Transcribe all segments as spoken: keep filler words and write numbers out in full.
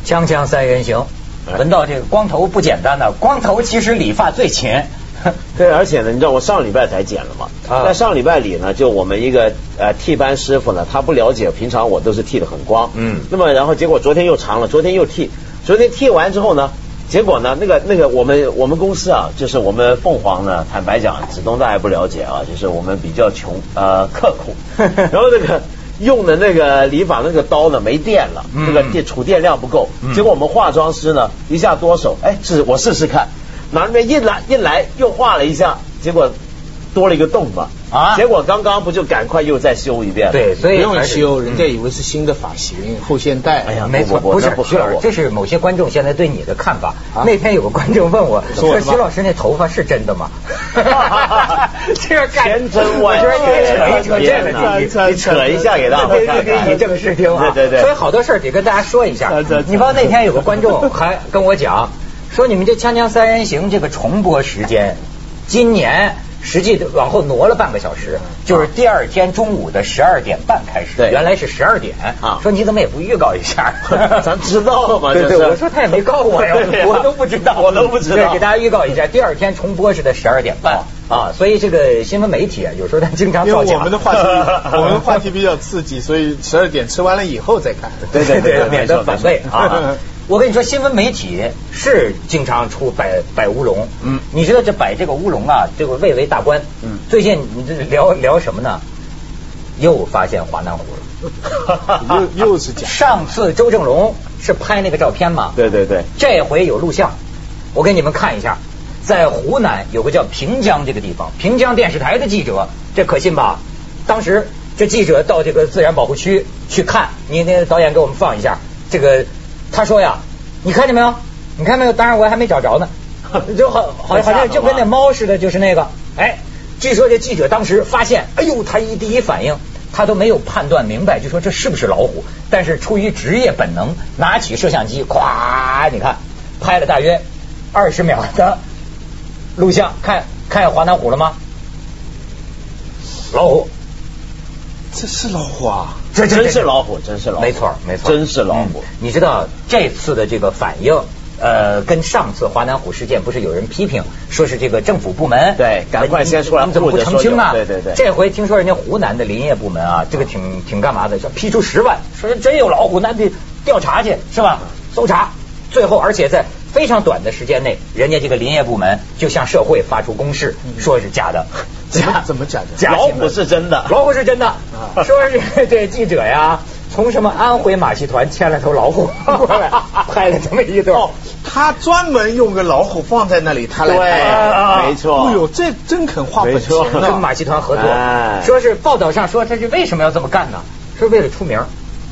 锵锵三人行，闻到这个光头不简单呢，光头其实理发最勤。 对，而且呢，你知道我上礼拜才剪了嘛？啊、在上礼拜里呢，就我们一个呃剃班师傅呢，他不了解，平常我都是剃得很光，嗯，那么然后结果昨天又长了，昨天又剃，昨天剃完之后呢，结果呢，那个那个我们我们公司啊，就是我们凤凰呢，坦白讲，子东大家不了解啊，就是我们比较穷呃刻苦，然后那个。用的那个理发那个刀呢没电了，那个电储电量不够，结果我们化妆师呢一下多手，哎，是我试试看，拿那边一来一来又画了一下，结果多了一个洞嘛，啊，结果刚刚不就赶快又再修一遍？ 对，所以不用修，人家以为是新的发型，后现代。 哎呀，没错，不是徐老师，这是某些观众现在对你的看法。那天有个观众问我说：“徐老师那头发是真的吗？”这个千真万确， 扯一扯这个， 你扯一下给大家看， 给以正视听啊。 对对对。 所以好多事儿得跟大家说一下。你知道那天有个观众还跟我讲说，你们这《锵锵三人行》这个重播时间，今年。实际往后挪了半个小时，就是第二天中午的十二点半开始，原来是十二点啊。说你怎么也不预告一下？ 咱知道了嘛？ 对对，我说他也没告我呀，我都不知道， 我都不知道。 对，给大家预告一下，第二天重播是在十二点半啊。所以这个新闻媒体啊，有时候他经常造假。 因为我们的话题，我们的话题比较刺激，所以十二点吃完了以后再看。 对对对，免得反胃啊。我跟你说，新闻媒体是经常出摆摆乌龙，嗯，你知道这摆这个乌龙啊，这个蔚为大观，嗯，最近你这聊聊什么呢？又发现华南虎了，又又是假。 上次周正龙是拍那个照片嘛？ 对对对， 这回有录像，我给你们看一下，在湖南有个叫平江这个地方，平江电视台的记者，这可信吧？当时这记者到这个自然保护区去看，你那个导演给我们放一下这个。他说呀，你看见没有？你看没有？当然我还没找着呢，就好好好像就跟那猫似的，就是那个。哎，据说这记者当时发现，哎呦，他一第一反应他都没有判断明白，就说这是不是老虎，但是出于职业本能，拿起摄像机，咵，你看拍了大约二十秒的录像，看看见华南虎了吗？老虎。 这是老虎啊！ 这真是老虎，真是老虎， 没错没错， 真是老虎。 嗯、你知道这次的这个反应，呃，跟上次华南虎事件不是有人批评，说是这个政府部门对，赶快先出来， 你怎么不澄清啊？ 对对对。 这回听说人家湖南的林业部门啊，这个挺挺干嘛的，批出十万，说真有老虎，那得调查去是吧？搜查，最后而且在非常短的时间内，人家这个林业部门就向社会发出公示，说是假的。 假怎么假的？ 假老虎是真的， 老虎是真的。啊、说是这记者呀，从什么安徽马戏团牵了头老虎过来，拍了这么一段。哦， 他专门用个老虎放在那里，他来拍。 啊、没错。 哎呦，这真肯花本钱呢。 跟马戏团合作，哎、说是报道上说他是为什么要这么干呢？是为了出名。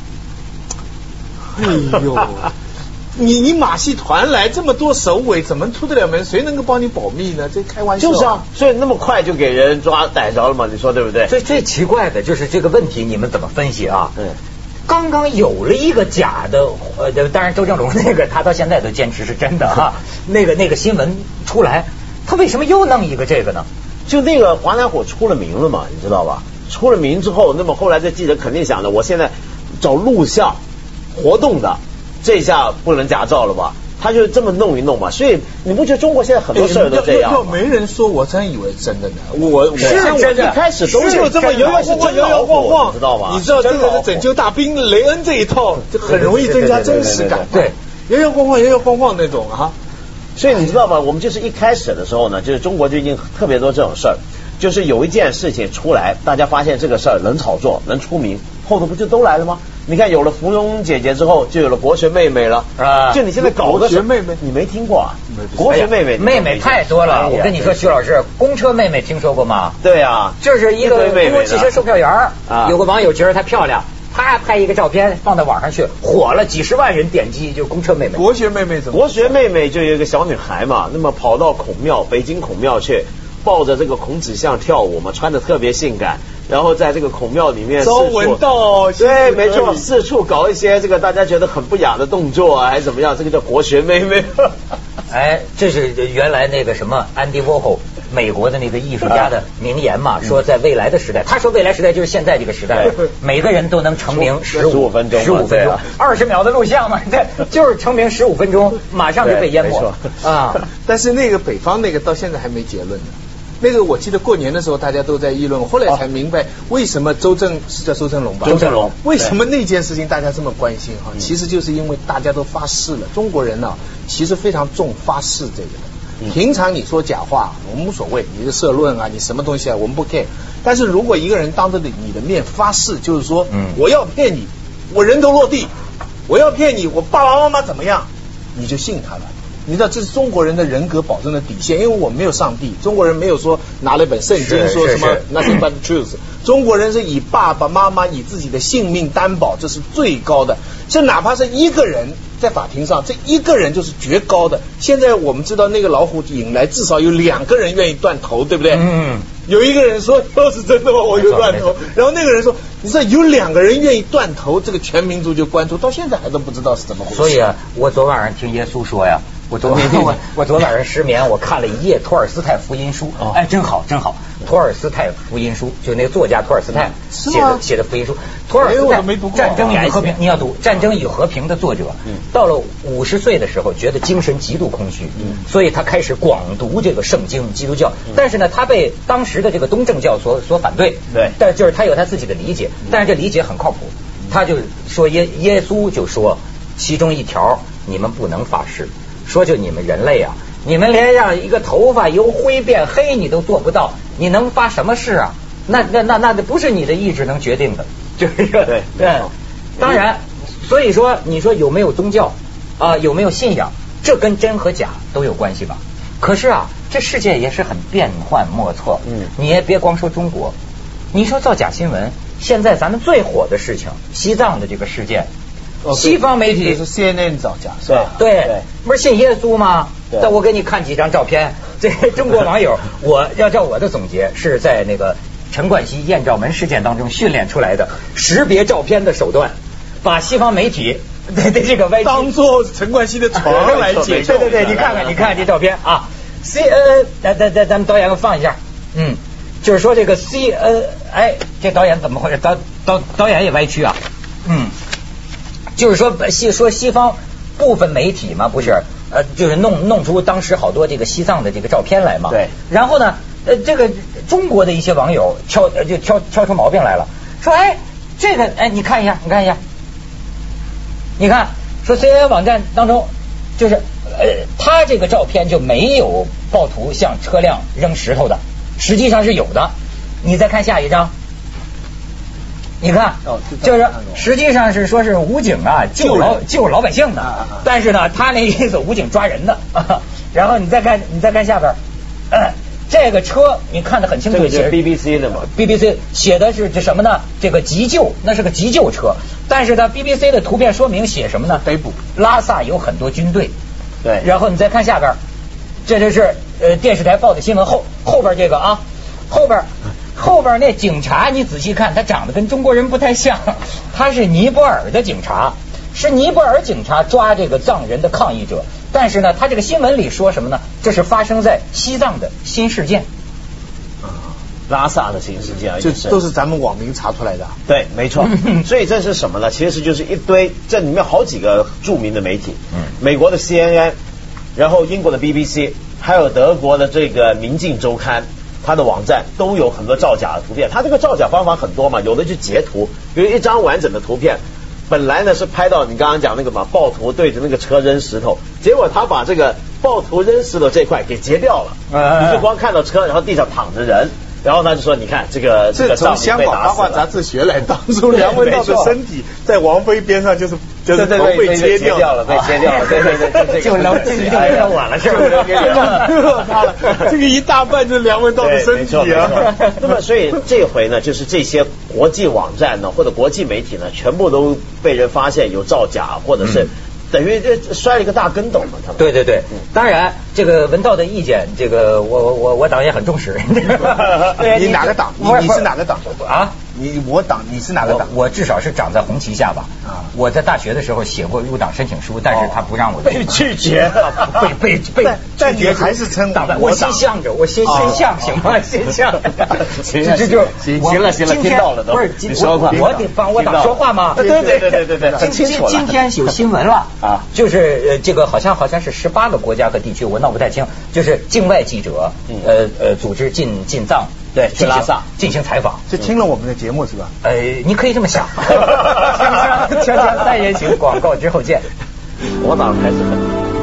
哎呦。你你马戏团来这么多首尾，怎么出得了门？谁能够帮你保密呢？这开玩笑。 就是啊，所以那么快就给人抓逮着了嘛？你说对不对？ 最最奇怪的就是这个问题，你们怎么分析啊？嗯，刚刚有了一个假的，呃，当然周正龙那个他到现在都坚持是真的哈。那个那个新闻出来，他为什么又弄一个这个呢？ 就那个华南虎出了名了嘛，你知道吧？出了名之后，那么后来这记者肯定想的，我现在找录像活动的。这下不能假造了吧？他就这么弄一弄嘛，所以你不觉得中国现在很多事儿都这样？ 要没人说，我真以为真的呢。 我是真的， 一开始都是这么摇摇晃晃，摇摇晃晃， 知道吗？ 你知道这个是拯救大兵雷恩这一套，就很容易增加真实感。 对， 摇摇晃晃，摇摇晃晃那种啊。 所以你知道吗？我们就是一开始的时候呢，就是中国最近特别多这种事儿，就是有一件事情出来，大家发现这个事儿能炒作，能出名，后头不就都来了吗？你看，有了芙蓉姐姐之后，就有了国学妹妹了啊！就你现在搞个国学妹妹， 你没听过啊？国学妹妹， 妹妹太多了。我跟你说，徐老师，公车妹妹听说过吗？ 对啊， 就是一个中国汽车售票员啊，有个网友觉得她漂亮，他拍一个照片放到网上去，火了，几十万人点击，就公车妹妹。 国学妹妹怎么？ 国学妹妹就有一个小女孩嘛，那么跑到孔庙，北京孔庙去。抱着这个孔子像跳舞嘛，穿的特别性感，然后在这个孔庙里面朝闻道， 对，没错，四处搞一些这个大家觉得很不雅的动作啊，还是怎么样？这个叫国学妹妹。 哎，这是原来那个什么安迪沃霍美国的那个艺术家的名言嘛，说在未来的时代，他说未来时代就是现在这个时代，每个人都能成名十五分钟， 十五分钟，二十秒的录像嘛，这就是成名十五分钟，马上就被淹没啊。 但是那个北方那个到现在还没结论呢。那个我记得过年的时候大家都在议论，后来才明白为什么周正是叫周正龙吧？ 周正龙为什么那件事情大家这么关心哈？其实就是因为大家都发誓了，中国人呢其实非常重发誓这个的。平常你说假话我们无所谓，你的社论啊，你什么东西啊我们不 care。但是如果一个人当着你的面发誓，就是说我要骗你，我人头落地，我要骗你，我爸爸妈妈怎么样，你就信他了。你知道这是中国人的人格保证的底线，因为我们没有上帝，中国人没有说拿了一本圣经说什么 nothing but the truth， 中国人是以爸爸妈妈以自己的性命担保，这是最高的。这哪怕是一个人在法庭上，这一个人就是绝高的。现在我们知道那个老虎引来至少有两个人愿意断头，对不对？嗯。有一个人说要是真的话我就断头，然后那个人说你知道有两个人愿意断头，这个全民族就关注，到现在还都不知道是怎么回事。 所以啊，我昨晚上听耶稣说呀，我昨我我昨晚上失眠，我看了一夜托尔斯泰福音书，哎，真好真好。托尔斯泰福音书，就那个作家托尔斯泰写的写的福音书。托尔斯泰《战争与和平》，你要读《战争与和平》的作者，到了五十岁的时候，觉得精神极度空虚，所以他开始广读这个圣经基督教。但是呢，他被当时的这个东正教所所反对， 对， 但就是他有他自己的理解，但是这理解很靠谱。他就说耶耶稣就说其中一条，你们不能发誓，说就你们人类啊，你们连让一个头发由灰变黑你都做不到，你能发什么誓啊？那那那那不是你的意志能决定的，就是对对。当然，所以说你说有没有宗教啊、呃，有没有信仰，这跟真和假都有关系吧？可是啊，这世界也是很变幻莫测。嗯，你也别光说中国，你说造假新闻，现在咱们最火的事情，西藏的这个事件。哦、西方媒体是 C N N 造假是吧？ 对，对不是信耶稣吗？但我给你看几张照片，这中国网友，我要照我的总结，是在那个陈冠希艳照门事件当中训练出来的识别照片的手段，把西方媒体对对这个歪当做陈冠希的床来解对对对，你看看你看这照片啊 ，C N N， 咱咱咱咱们导演给我放一下，嗯，就是说这个 C N， 哎，这导演怎么回事？导导导演也歪曲啊，嗯。就是说西说西方部分媒体嘛，不是呃，就是弄弄出当时好多这个西藏的这个照片来嘛。 对。 然后呢，呃，这个中国的一些网友挑就挑挑出毛病来了，说哎，这个哎，你看一下，你看一下，你看说 C N N 网站当中，就是呃，他这个照片就没有暴徒向车辆扔石头的，实际上是有的。你再看下一张。你看，就是实际上是说是武警啊救老救老百姓的，但是呢，他那意思武警抓人的。然后你再看，你再看下边，呃，这个车你看得很清楚， 这是 B B C 的嘛 ？B B C 写的是这什么呢？这个急救，那是个急救车，但是呢 ，B B C 的图片说明写什么呢？ 逮捕。 拉萨有很多军队。 对。 然后你再看下边，这就是呃电视台报的新闻后后边这个啊，后边。后边那警察你仔细看，他长得跟中国人不太像，他是尼泊尔的警察，是尼泊尔警察抓这个藏人的抗议者，但是呢，他这个新闻里说什么呢？这是发生在西藏的新事件， 拉萨的新事件， 这都是咱们网民查出来的。 对，没错。所以这是什么呢？其实就是一堆，这里面好几个著名的媒体，嗯，美国的 C N N， 然后英国的 B B C， 还有德国的这个《明镜周刊》。他的网站都有很多造假的图片，他这个造假方法很多嘛，有的就截图，比如一张完整的图片，本来呢是拍到你刚刚讲那个嘛，暴徒对着那个车扔石头，结果他把这个暴徒扔石头这块给截掉了，你就光看到车，然后地上躺着人，然后他就说你看这个这个从香港八卦杂志学来，当初梁文道的身体在王菲边上就是就是头被切掉了，被切掉了，对对对， 就能就就晚了是不是？ 他了，这个一大半就是梁文道的身体啊。 那么所以这回呢，就是这些国际网站呢或者国际媒体呢，全部都被人发现有造假，或者是。等于这摔了一个大跟斗嘛，他们。 对对对，当然这个文道的意见，这个我我我党也很重视。 你哪个党？你你是哪个党？ 啊？ 你我党你是哪个党？ 我, 我至少是长在红旗下吧。啊，我在大学的时候写过入党申请书，但是他不让我被拒绝， 被被被但但你还是称党我先向着，我先先向行吗？先向。 行这就行了行了，听到了都。 不是，我我得帮我党说话吗？ 对对对对对对， 今今今天有新闻了啊，就是呃这个好像好像是十八个国家和地区，我闹不太清，就是境外记者呃呃组织进进藏。对，去拉萨进行采访， 就听了我们的节目是吧？ 呃，你可以这么想。锵锵三人行，广告之后见。 我党还是很。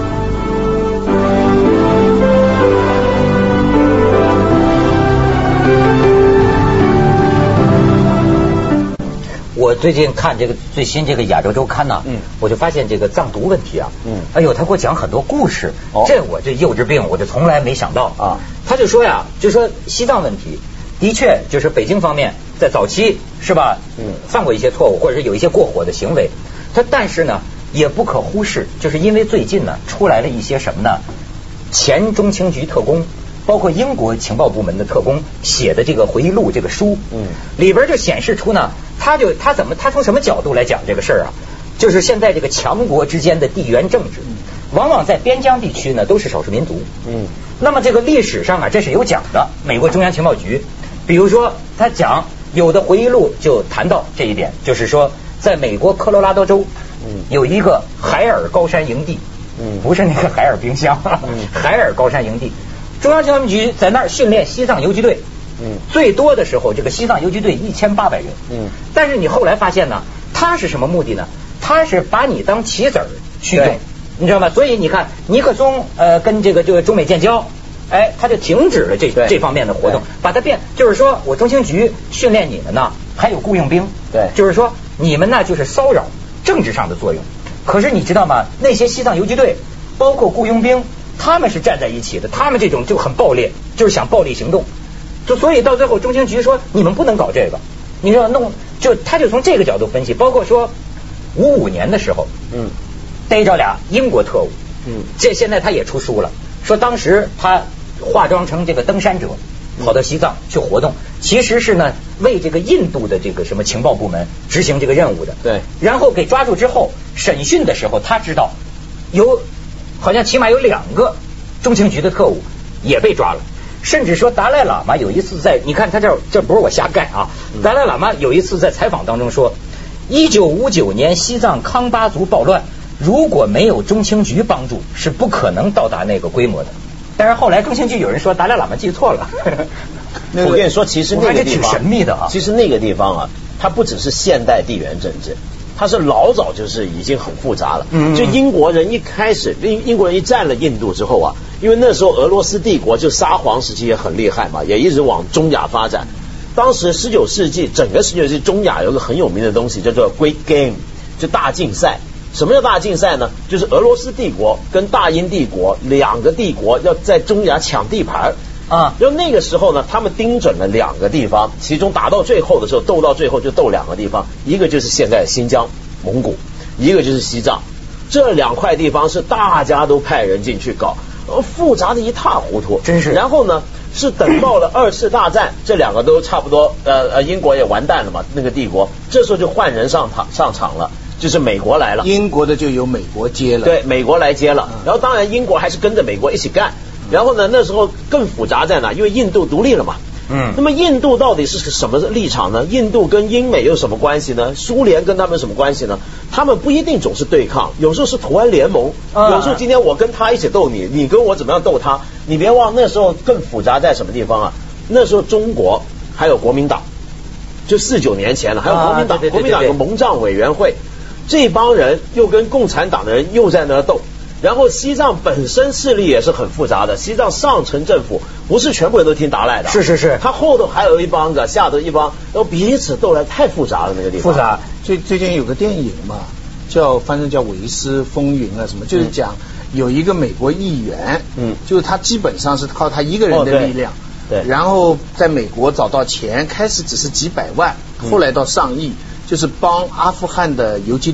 我最近看这个最新这个亚洲周刊呢，嗯，我就发现这个藏独问题啊，嗯，哎呦，他给我讲很多故事，哦，这我这幼稚病我就从来没想到啊。他就说呀，就说西藏问题的确就是北京方面在早期是吧，嗯，犯过一些错误或者是有一些过火的行为，他但是呢也不可忽视，就是因为最近呢出来了一些什么呢？前中情局特工。包括英国情报部门的特工写的这个回忆录这个书，嗯，里边就显示出呢，他就他怎么他从什么角度来讲这个事儿啊？就是现在这个强国之间的地缘政治，往往在边疆地区呢都是少数民族，嗯，那么这个历史上啊这是有讲的，美国中央情报局，比如说他讲有的回忆录就谈到这一点，就是说在美国科罗拉多州，嗯，有一个海尔高山营地，嗯，不是那个海尔冰箱，嗯，海尔高山营地。中央情报局在那儿训练西藏游击队，嗯，最多的时候这个西藏游击队一千八百人，嗯，但是你后来发现呢，他是什么目的呢？他是把你当棋子儿去用，你知道吗？所以你看尼克松呃跟这个这个中美建交，哎，他就停止了这这方面的活动，把它变，就是说我中情局训练你们呢，还有雇佣兵，对，就是说你们呢就是骚扰政治上的作用。可是你知道吗？那些西藏游击队，包括雇佣兵。他们是站在一起的，他们这种就很暴烈，就是想暴力行动，就所以到最后中情局说你们不能搞这个，你说弄就他就从这个角度分析，包括说五五年的时候，嗯，逮着俩英国特务，嗯，这现在他也出书了，说当时他化妆成这个登山者，跑到西藏去活动，其实是呢为这个印度的这个什么情报部门执行这个任务的，对，然后给抓住之后审讯的时候，他知道有。好像起码有两个中情局的特务也被抓了，甚至说达赖喇嘛有一次在，你看他这这不是我瞎盖啊，达赖喇嘛有一次在采访当中说，一九五九年西藏康巴族暴乱，如果没有中情局帮助，是不可能到达那个规模的。但是后来中情局有人说达赖喇嘛记错了。 我跟你说，其实那个地方挺神秘的啊。 其实那个地方啊，它不只是现代地缘政治。它是老早就是已经很复杂了，就英国人一开始，英英国人一占了印度之后啊，因为那时候俄罗斯帝国就沙皇时期也很厉害嘛，也一直往中亚发展。当时十九世纪整个十九世纪中亚有个很有名的东西叫做 Great Game， 就大竞赛。什么叫大竞赛呢？就是俄罗斯帝国跟大英帝国两个帝国要在中亚抢地盘啊。然后那个时候呢，他们盯准了两个地方，其中打到最后的时候，斗到最后就斗两个地方，一个就是现在的新疆、蒙古，一个就是西藏。这两块地方是大家都派人进去搞，复杂的一塌糊涂，真是。然后呢，是等到了二次大战，这两个都差不多，呃呃，英国也完蛋了嘛，那个帝国，这时候就换人上场上场了。就是美国来了， 英国的就由美国接了， 对，美国来接了。然后当然英国还是跟着美国一起干。然后呢，那时候更复杂在哪？因为印度独立了嘛。嗯。那么印度到底是什么立场呢？印度跟英美有什么关系呢？苏联跟他们有什么关系呢？他们不一定总是对抗，有时候是图安联盟。啊、有时候今天我跟他一起斗你，你跟我怎么样斗他？你别忘那时候更复杂在什么地方啊？那时候中国还有国民党，就四九年前了，还有国民党，啊、对对对对对，国民党有蒙藏委员会。这帮人又跟共产党的人又在那斗，然后西藏本身势力也是很复杂的，西藏上层政府不是全部人都听达赖的， 是是是， 他后头还有一帮子，下头一帮，然后彼此斗来，太复杂了那个地方。 复杂。最最近有个电影嘛，叫反正叫《维斯风云》啊什么，就是讲有一个美国议员，嗯，就是他基本上是靠他一个人的力量，哦、对，对，然后在美国找到钱，开始只是几百万，后来到上亿。就是帮阿富汗的游击队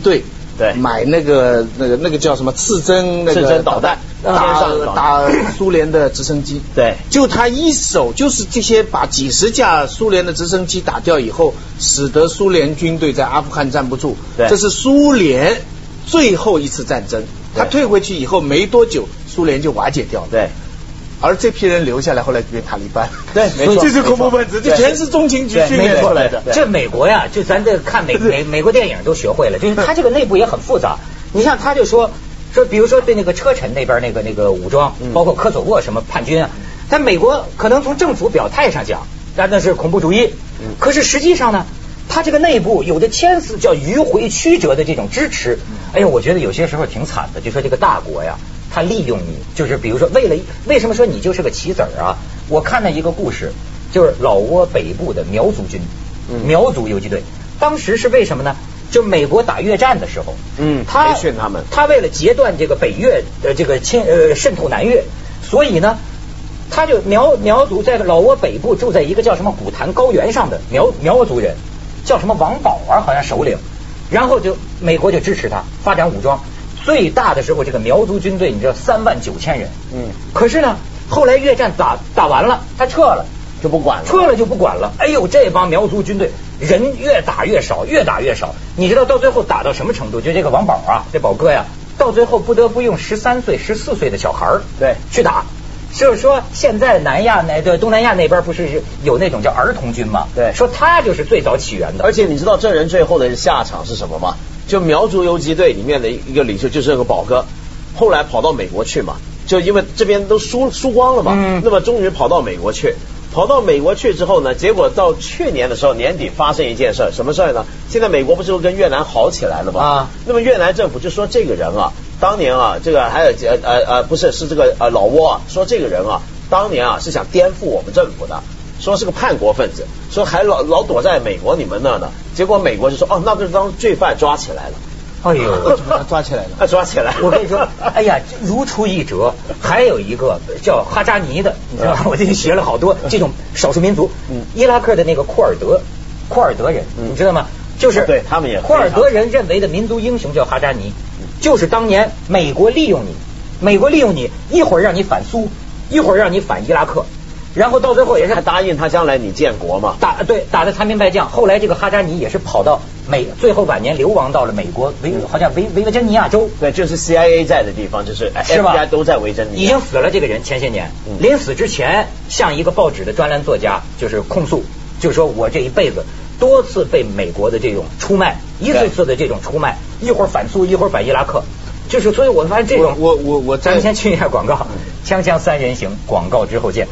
对， 买那个那个那个叫什么刺针那个刺针导弹， 打打苏联的直升机。 对， 就他一手就是这些把几十架苏联的直升机打掉以后，使得苏联军队在阿富汗站不住。 对， 这是苏联最后一次战争，他退回去以后没多久，苏联就瓦解掉了。 对。而这批人留下来，后来变塔利班。 对，没错， 这是恐怖分子，这全是中情局训练出来的。 这美国呀，就咱这看美美美国电影都学会了，就是他这个内部也很复杂。你像他就说说，比如说对那个车臣那边那个那个武装，包括科索沃什么叛军啊，在美国可能从政府表态上讲，那那是恐怖主义。可是实际上呢，他这个内部有的千丝叫迂回曲折的这种支持。哎呀，我觉得有些时候挺惨的，就说这个大国呀。他利用你，就是比如说，为了为什么说你就是个棋子儿啊？我看了一个故事，就是老挝北部的苗族军，苗族游击队，当时是为什么呢？就美国打越战的时候， 嗯， 他培训他们， 他为了截断这个北越的这个侵呃渗透南越，所以呢，他就苗苗族在老挝北部住在一个叫什么古潭高原上的苗苗族人，叫什么王宝啊，好像首领，然后就美国就支持他发展武装。最大的时候，这个苗族军队你知道三万九千人，嗯，可是呢，后来越战打打完了，他撤了， 就不管了， 撤了就不管了。哎呦，这帮苗族军队人越打越少，越打越少。你知道到最后打到什么程度？就这个王宝啊，这宝哥呀，到最后不得不用十三岁、十四岁的小孩儿对去打。就是说，现在南亚那对东南亚那边不是有那种叫儿童军吗？ 对， 说他就是最早起源的。 而且你知道这人最后的下场是什么吗？就苗族游击队里面的一个领袖就是这个宝哥，后来跑到美国去嘛，就因为这边都输输光了嘛，嗯，那么终于跑到美国去。跑到美国去之后呢，结果到去年的时候年底发生一件事，什么事呢？现在美国不是跟越南好起来了吗？啊，那么越南政府就说这个人啊，当年啊，这个还有呃呃呃不是是这个呃老挝啊，说这个人啊，当年啊是想颠覆我们政府的，说是个叛国分子，说还老老躲在美国你们那呢，结果美国就说哦，那就是当罪犯抓起来了。 哎呦， 抓起来了， 他抓起来。 我跟你说，哎呀，如出一辙。还有一个叫哈扎尼的，你知道吧？我最近学了好多这种少数民族。嗯，伊拉克的那个库尔德，库尔德人，你知道吗？就是对他们也库尔德人认为的民族英雄叫哈扎尼，就是当年美国利用你，美国利用你，一会儿让你反苏，一会儿让你反伊拉克。然后到最后也是还答应他将来你建国嘛， 打对打得残兵败将。后来这个哈扎尼也是跑到美，最后晚年流亡到了美国维，好像维维珍尼亚州， 对，就是 C I A 在的地方，就是是吧？ F B I 都在维珍尼亚。 已经死了这个人，前些年、嗯、临死之前向一个报纸的专栏作家就是控诉，就是说我这一辈子多次被美国的这种出卖，一次次的这种出卖，一会儿反苏，一会儿反伊拉克。就是所以我发现这种， 我我我咱们先去一下广告，锵锵三人行，广告之后见。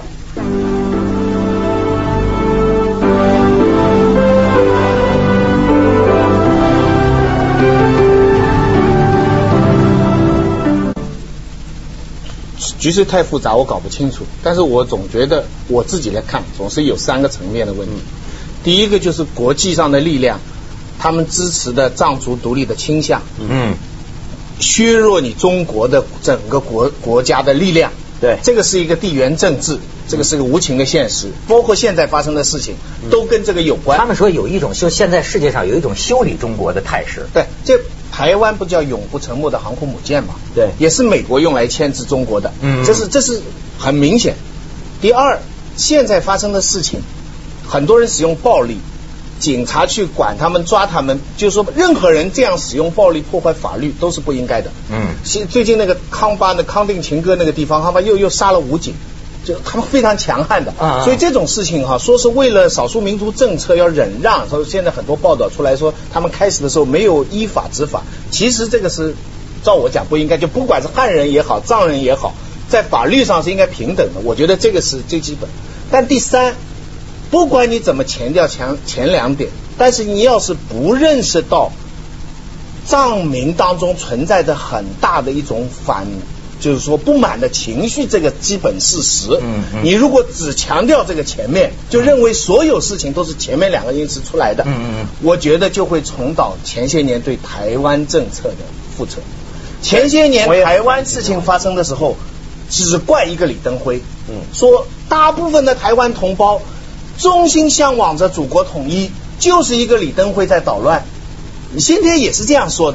局势太复杂，我搞不清楚。但是我总觉得我自己来看，总是有三个层面的问题。第一个就是国际上的力量，他们支持的藏族独立的倾向，嗯，削弱你中国的整个国国家的力量。 对， 这个是一个地缘政治，这个是个无情的现实。包括现在发生的事情，都跟这个有关。 他们说有一种，就现在世界上有一种修理中国的态势。 对，这台湾不叫永不沉没的航空母舰嘛？ 对， 也是美国用来牵制中国的。嗯，这是这是很明显。第二，现在发生的事情，很多人使用暴力，警察去管他们抓他们，就是说任何人这样使用暴力破坏法律都是不应该的。嗯，最近那个康巴的康定情歌那个地方，他们又又杀了武警。就他们非常强悍的，啊、所以这种事情哈、啊，说是为了少数民族政策要忍让，所以现在很多报道出来说，他们开始的时候没有依法执法，其实这个是照我讲不应该，就不管是汉人也好，藏人也好，在法律上是应该平等的，我觉得这个是最基本。但第三，不管你怎么强调前前两点，但是你要是不认识到藏民当中存在着很大的一种反。就是说不满的情绪，这个基本事实。嗯嗯。你如果只强调这个前面，就认为所有事情都是前面两个因素出来的。嗯嗯。我觉得就会重蹈前些年对台湾政策的覆辙。前些年台湾事情发生的时候，只怪一个李登辉。嗯。说大部分的台湾同胞衷心向往着祖国统一，就是一个李登辉在捣乱。今天也是这样说的。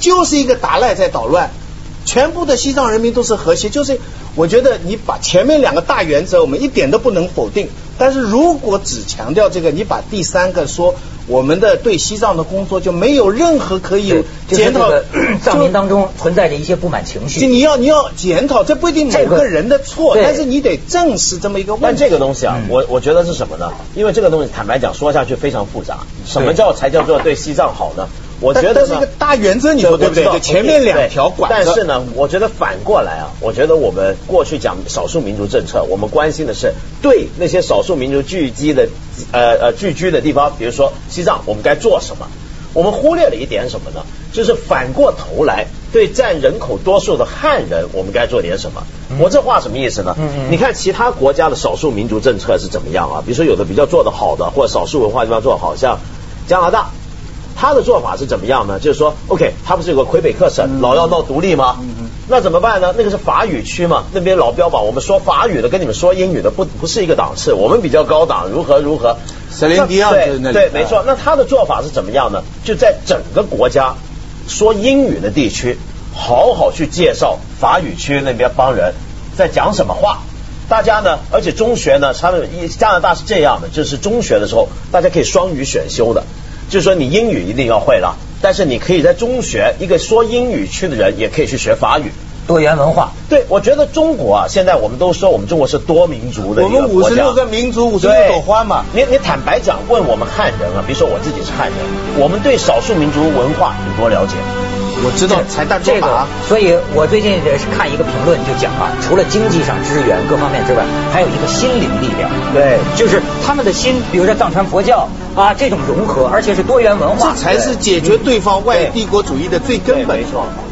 就是一个达赖在捣乱。全部的西藏人民都是和谐，就是我觉得你把前面两个大原则我们一点都不能否定，但是如果只强调这个，你把第三个说我们的对西藏的工作就没有任何可以检讨， 就是这个藏民当中存在着一些不满情绪， 你要你要检讨，这不一定某个人的错，但是你得正视这么一个问题。 但这个东西啊，嗯、我我觉得是什么呢？因为这个东西坦白讲说下去非常复杂，什么叫才叫做对西藏好呢？我觉得这是一个大原则，你说对不对？前面两条管着。 但是呢，我觉得反过来啊，我觉得我们过去讲少数民族政策，我们关心的是对那些少数民族聚集的呃呃聚居的地方，比如说西藏，我们该做什么？我们忽略了一点什么呢？就是反过头来对占人口多数的汉人，我们该做点什么？嗯、我这话什么意思呢？嗯嗯你看其他国家的少数民族政策是怎么样啊？比如说有的比较做得好的，或者少数文化地方做得好，像加拿大。他的做法是怎么样呢？就是说 ，OK， 他不是有个魁北克省、嗯、老要闹独立吗？嗯嗯那怎么办呢？那个是法语区嘛，那边老标榜我们说法语的跟你们说英语的不不是一个档次，我们比较高档，如何如何。 塞林迪奥对对，没错。那他的做法是怎么样呢？就在整个国家说英语的地区，好好去介绍法语区那边帮人在讲什么话。大家呢，而且中学呢，他们加拿大是这样的，就是中学的时候大家可以双语选修的。就是说你英语一定要会了，但是你可以在中学一个说英语区的人也可以去学法语， 多元文化。 对，我觉得中国啊，现在我们都说我们中国是多民族的一个国家， 我们五十六个民族，五十六朵花嘛。 你你坦白讲，问我们汉人啊，比如说我自己是汉人，我们对少数民族文化有多了解？ 我知道才大这个，所以我最近也是看一个评论，就讲啊，除了经济上支援各方面之外，还有一个心灵力量。 对， 就是他们的心，比如说藏传佛教啊，这种融合，而且是多元文化， 这才是解决对方外帝国主义的最根本。 没错。